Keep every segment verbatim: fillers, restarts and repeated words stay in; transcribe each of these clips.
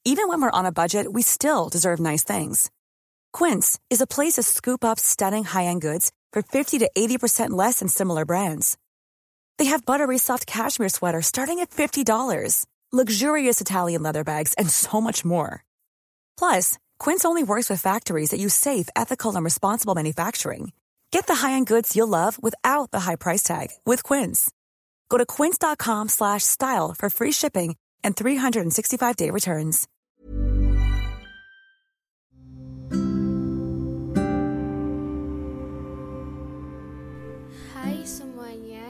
Even when we're on a budget, we still deserve nice things. Quince is a place to scoop up stunning high-end goods for fifty to eighty percent less than similar brands. They have buttery soft cashmere sweaters starting at fifty dollars, luxurious Italian leather bags, and so much more. Plus, Quince only works with factories that use safe, ethical, and responsible manufacturing. Get the high-end goods you'll love without the high price tag with Quince. Go to quince.com slash style for free shipping and three sixty-five day returns. Hai semuanya.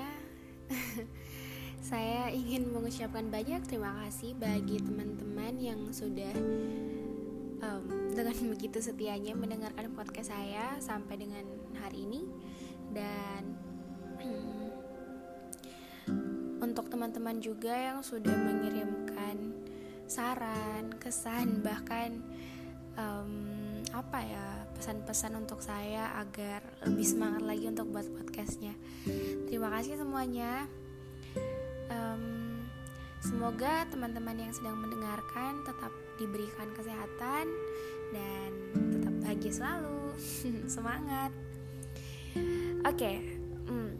Saya ingin mengucapkan banyak terima kasih bagi teman-teman yang sudah um, dengan begitu setianya mendengarkan podcast saya sampai dengan hari ini. Dan um, untuk teman-teman juga yang sudah mengirimkan saran, kesan, bahkan um, apa ya pesan-pesan untuk saya agar lebih semangat lagi untuk buat podcastnya. Terima kasih semuanya. Um, semoga teman-teman yang sedang mendengarkan tetap diberikan kesehatan dan tetap bahagia selalu. Semangat. Oke, okay. hmm.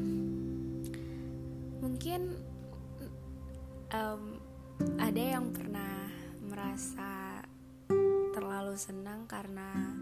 mungkin um, ada yang pernah merasa terlalu senang karena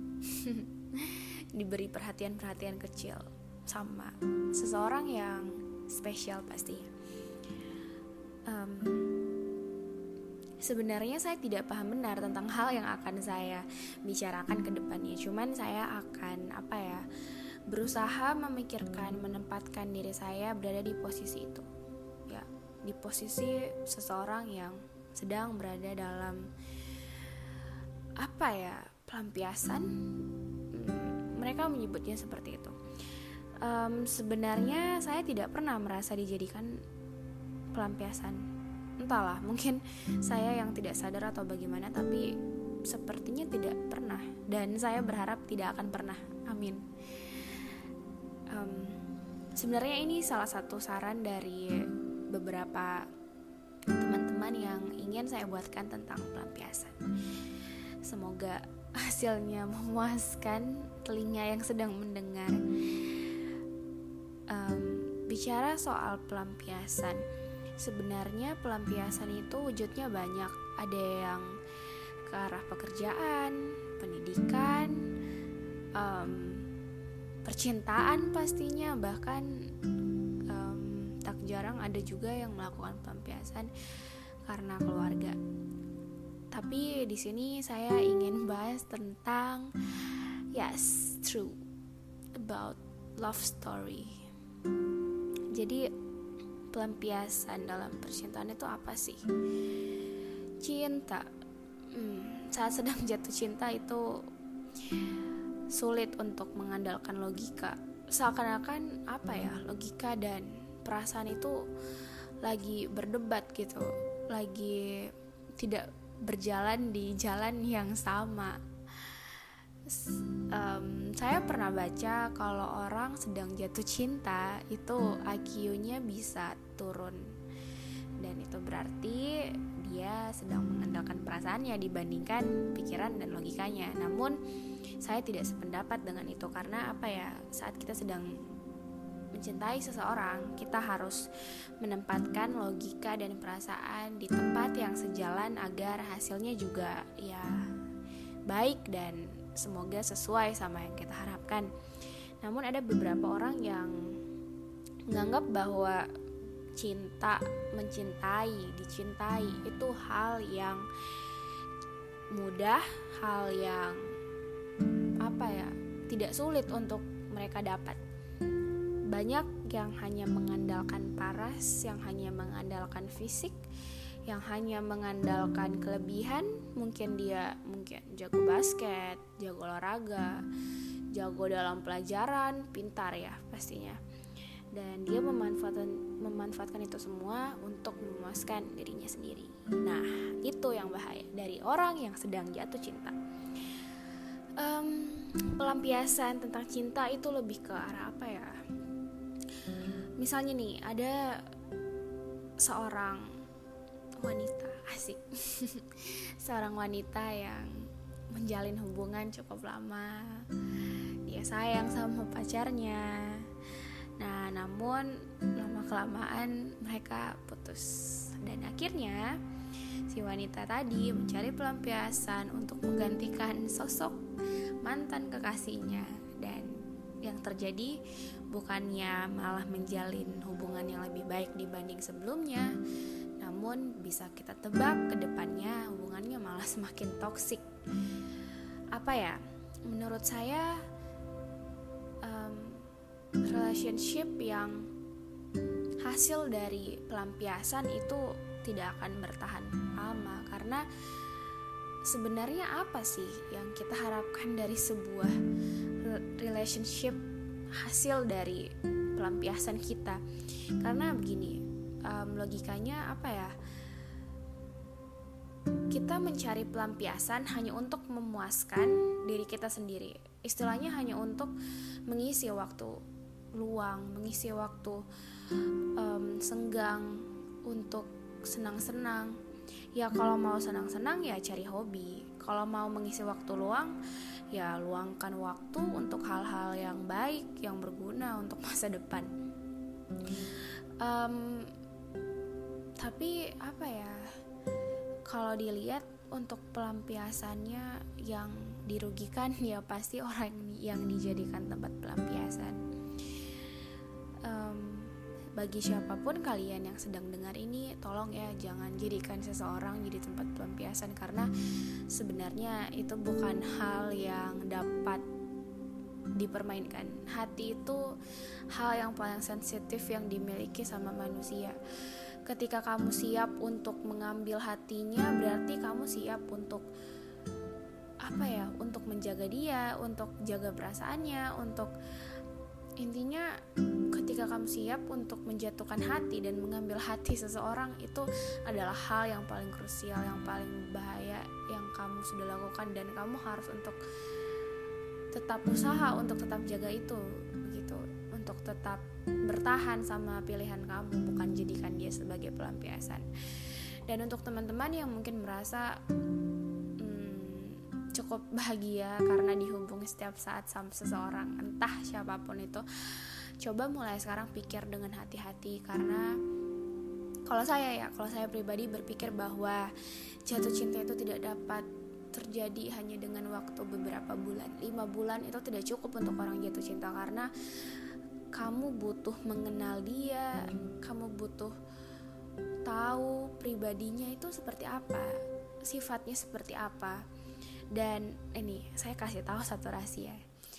diberi perhatian-perhatian kecil sama seseorang yang spesial pastinya. Um, sebenarnya saya tidak paham benar tentang hal yang akan saya bicarakan ke depannya. Cuman saya akan apa ya berusaha memikirkan, menempatkan diri saya berada di posisi itu. Ya, di posisi seseorang yang sedang berada dalam apa ya pelampiasan, mereka menyebutnya seperti itu. Um, sebenarnya saya tidak pernah merasa dijadikan pelampiasan. Entahlah, mungkin saya yang tidak sadar atau bagaimana, tapi sepertinya tidak pernah. Dan saya berharap tidak akan pernah. Amin. Um, sebenarnya ini salah satu saran dari beberapa teman-teman yang ingin saya buatkan tentang pelampiasan. Semoga hasilnya memuaskan telinga yang sedang mendengar. Um, bicara soal pelampiasan, sebenarnya pelampiasan itu wujudnya banyak. Ada yang ke arah pekerjaan, pendidikan, um, percintaan pastinya, bahkan um, tak jarang ada juga yang melakukan pelampiasan karena keluarga. Tapi di sini saya ingin bahas tentang yes, true about love story. Jadi pelampiasan dalam percintaan itu apa sih? Cinta. Hmm, saat sedang jatuh cinta itu sulit untuk mengandalkan logika. Seakan-akan apa ya, logika dan perasaan itu lagi berdebat gitu, lagi tidak berjalan di jalan yang sama. Um, saya pernah baca kalau orang sedang jatuh cinta itu I Q-nya bisa turun, dan itu berarti dia sedang mengandalkan perasaannya dibandingkan pikiran dan logikanya. Namun saya tidak sependapat dengan itu, karena apa ya, saat kita sedang mencintai seseorang, kita harus menempatkan logika dan perasaan di tempat yang sejalan agar hasilnya juga ya baik dan semoga sesuai sama yang kita harapkan. Namun ada beberapa orang yang menganggap bahwa cinta, mencintai, dicintai itu hal yang mudah, hal yang apa ya, tidak sulit untuk mereka dapat. Banyak yang hanya mengandalkan paras, yang hanya mengandalkan fisik, yang hanya mengandalkan kelebihan. Mungkin dia mungkin jago basket, jago olahraga, jago dalam pelajaran, pintar ya pastinya. Dan dia memanfaatkan memanfaatkan itu semua untuk memuaskan dirinya sendiri. Nah, itu yang bahaya dari orang yang sedang jatuh cinta. Um, pelampiasan tentang cinta itu lebih ke arah apa ya? Misalnya nih, ada seorang wanita asik seorang wanita yang menjalin hubungan cukup lama. Dia sayang sama pacarnya. Nah, namun lama-kelamaan mereka putus. Dan akhirnya si wanita tadi mencari pelampiasan untuk menggantikan sosok mantan kekasihnya. Dan yang terjadi bukannya malah menjalin hubungan yang lebih baik dibanding sebelumnya, namun bisa kita tebak ke depannya hubungannya malah semakin toksik. Apa ya? Menurut saya um, relationship yang hasil dari pelampiasan itu tidak akan bertahan lama. Karena sebenarnya apa sih yang kita harapkan dari sebuah relationship hasil dari pelampiasan kita? Karena begini, um, logikanya apa ya? Kita mencari pelampiasan hanya untuk memuaskan diri kita sendiri. Istilahnya hanya untuk mengisi waktu luang, mengisi waktu um, senggang, untuk senang-senang. Ya kalau mau senang-senang ya cari hobi. Kalau mau mengisi waktu luang, ya luangkan waktu untuk hal-hal yang baik, yang berguna untuk masa depan. Um, tapi apa ya? Kalau dilihat untuk pelampiasannya yang dirugikan ya pasti orang yang dijadikan tempat pelampiasan. Um, bagi siapapun kalian yang sedang dengar ini, tolong ya jangan jadikan seseorang jadi tempat pelampiasan, karena sebenarnya itu bukan hal yang dapat dipermainkan. Hati itu hal yang paling sensitif yang dimiliki sama manusia. Ketika kamu siap untuk mengambil hatinya, berarti kamu siap untuk apa ya? Untuk menjaga dia, untuk jaga perasaannya, untuk intinya ketika kamu siap untuk menjatuhkan hati dan mengambil hati seseorang, itu adalah hal yang paling krusial, yang paling bahaya yang kamu sudah lakukan, dan kamu harus untuk tetap usaha untuk tetap jaga itu, begitu, untuk tetap bertahan sama pilihan kamu, bukan jadikan dia sebagai pelampiasan. Dan untuk teman-teman yang mungkin merasa hmm, cukup bahagia karena dihubungi setiap saat sama seseorang, entah siapapun itu, coba mulai sekarang pikir dengan hati-hati. Karena kalau saya ya, kalau saya pribadi berpikir bahwa jatuh cinta itu tidak dapat terjadi hanya dengan waktu beberapa bulan. Lima bulan itu tidak cukup untuk orang jatuh cinta, karena kamu butuh mengenal dia, kamu butuh tahu pribadinya itu seperti apa, sifatnya seperti apa. Dan ini saya kasih tahu satu rahasia.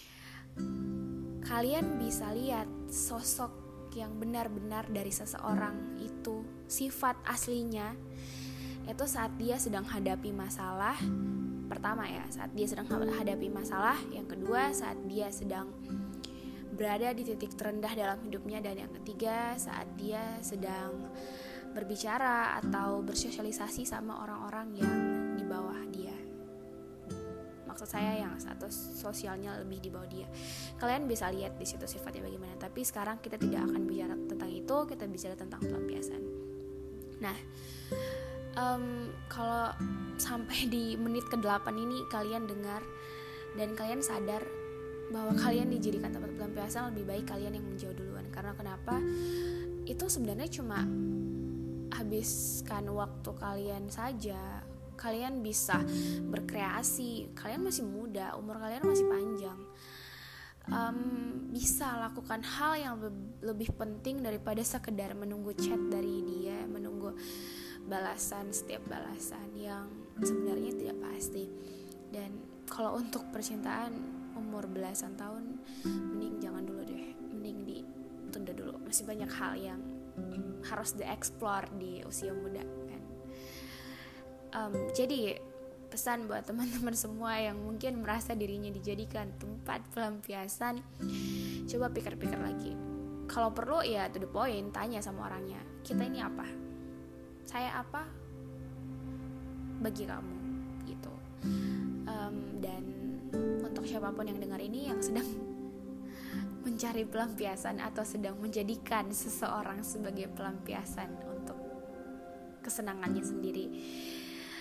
Kalian bisa lihat sosok yang benar-benar dari seseorang itu, sifat aslinya itu saat dia sedang hadapi masalah. Pertama ya, saat dia sedang hadapi masalah. Yang kedua, saat dia sedang berada di titik terendah dalam hidupnya. Dan yang ketiga, saat dia sedang berbicara atau bersosialisasi sama orang-orang yang di bawah dia. Maksud saya yang status sosialnya lebih di bawah dia. Kalian bisa lihat di situ sifatnya bagaimana. Tapi sekarang kita tidak akan bicara tentang itu, kita bicara tentang pelampiasan. Nah, um, kalau sampai di menit kedelapan ini kalian dengar dan kalian sadar bahwa kalian dijadikan tempat pelampiasan, lebih baik kalian yang menjauh duluan. Karena kenapa? Itu sebenarnya cuma habiskan waktu kalian saja. Kalian bisa berkreasi, kalian masih muda, umur kalian masih panjang. um, Bisa lakukan hal yang lebih penting daripada sekedar menunggu chat dari dia, menunggu balasan, setiap balasan yang sebenarnya tidak pasti. Dan kalau untuk percintaan umur belasan tahun, mending jangan dulu deh, mending ditunda dulu. Masih banyak hal yang harus dieksplor di usia muda kan. Um, jadi pesan buat teman-teman semua yang mungkin merasa dirinya dijadikan tempat pelampiasan, coba pikir-pikir lagi. Kalau perlu ya to the point, tanya sama orangnya, kita ini apa? Saya apa bagi kamu gitu. Um, dan untuk siapapun yang dengar ini yang sedang mencari pelampiasan atau sedang menjadikan seseorang sebagai pelampiasan untuk kesenangannya sendiri,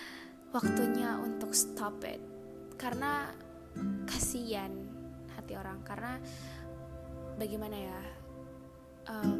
waktunya untuk stop it. Karena kasihan hati orang. Karena bagaimana ya, um,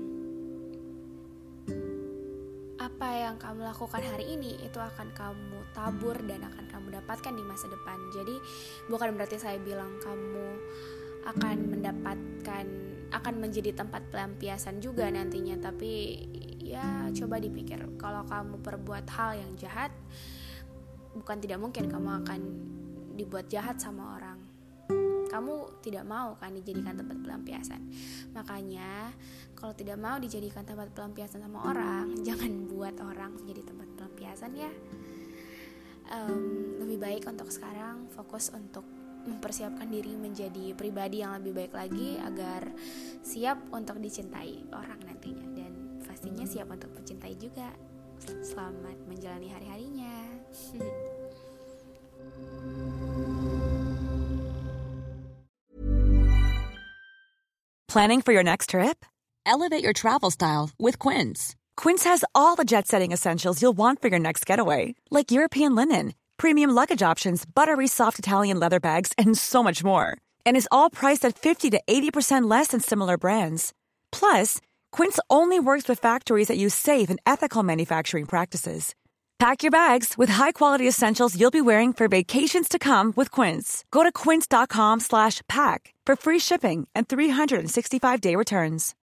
apa yang kamu lakukan hari ini itu akan kamu tabur dan akan kamu dapatkan di masa depan. Jadi bukan berarti saya bilang kamu akan mendapatkan, akan menjadi tempat pelampiasan juga nantinya. Tapi ya coba dipikir, kalau kamu perbuat hal yang jahat, bukan tidak mungkin kamu akan dibuat jahat sama orang. Kamu tidak mau kan dijadikan tempat pelampiasan. Makanya kalau tidak mau dijadikan tempat pelampiasan sama orang, jangan buat orang menjadi tempat pelampiasan ya. um, Lebih baik untuk sekarang fokus untuk mempersiapkan diri menjadi pribadi yang lebih baik lagi, agar siap untuk dicintai orang nantinya. Dan pastinya siap untuk mencintai juga. Selamat menjalani hari-harinya. Planning for your next trip? Elevate your travel style with Quince. Quince has all the jet-setting essentials you'll want for your next getaway, like European linen, premium luggage options, buttery soft Italian leather bags, and so much more. And is all priced at fifty to eighty percent less than similar brands. Plus, Quince only works with factories that use safe and ethical manufacturing practices. Pack your bags with high-quality essentials you'll be wearing for vacations to come with Quince. Go to quince.com slash pack for free shipping and three sixty-five day returns.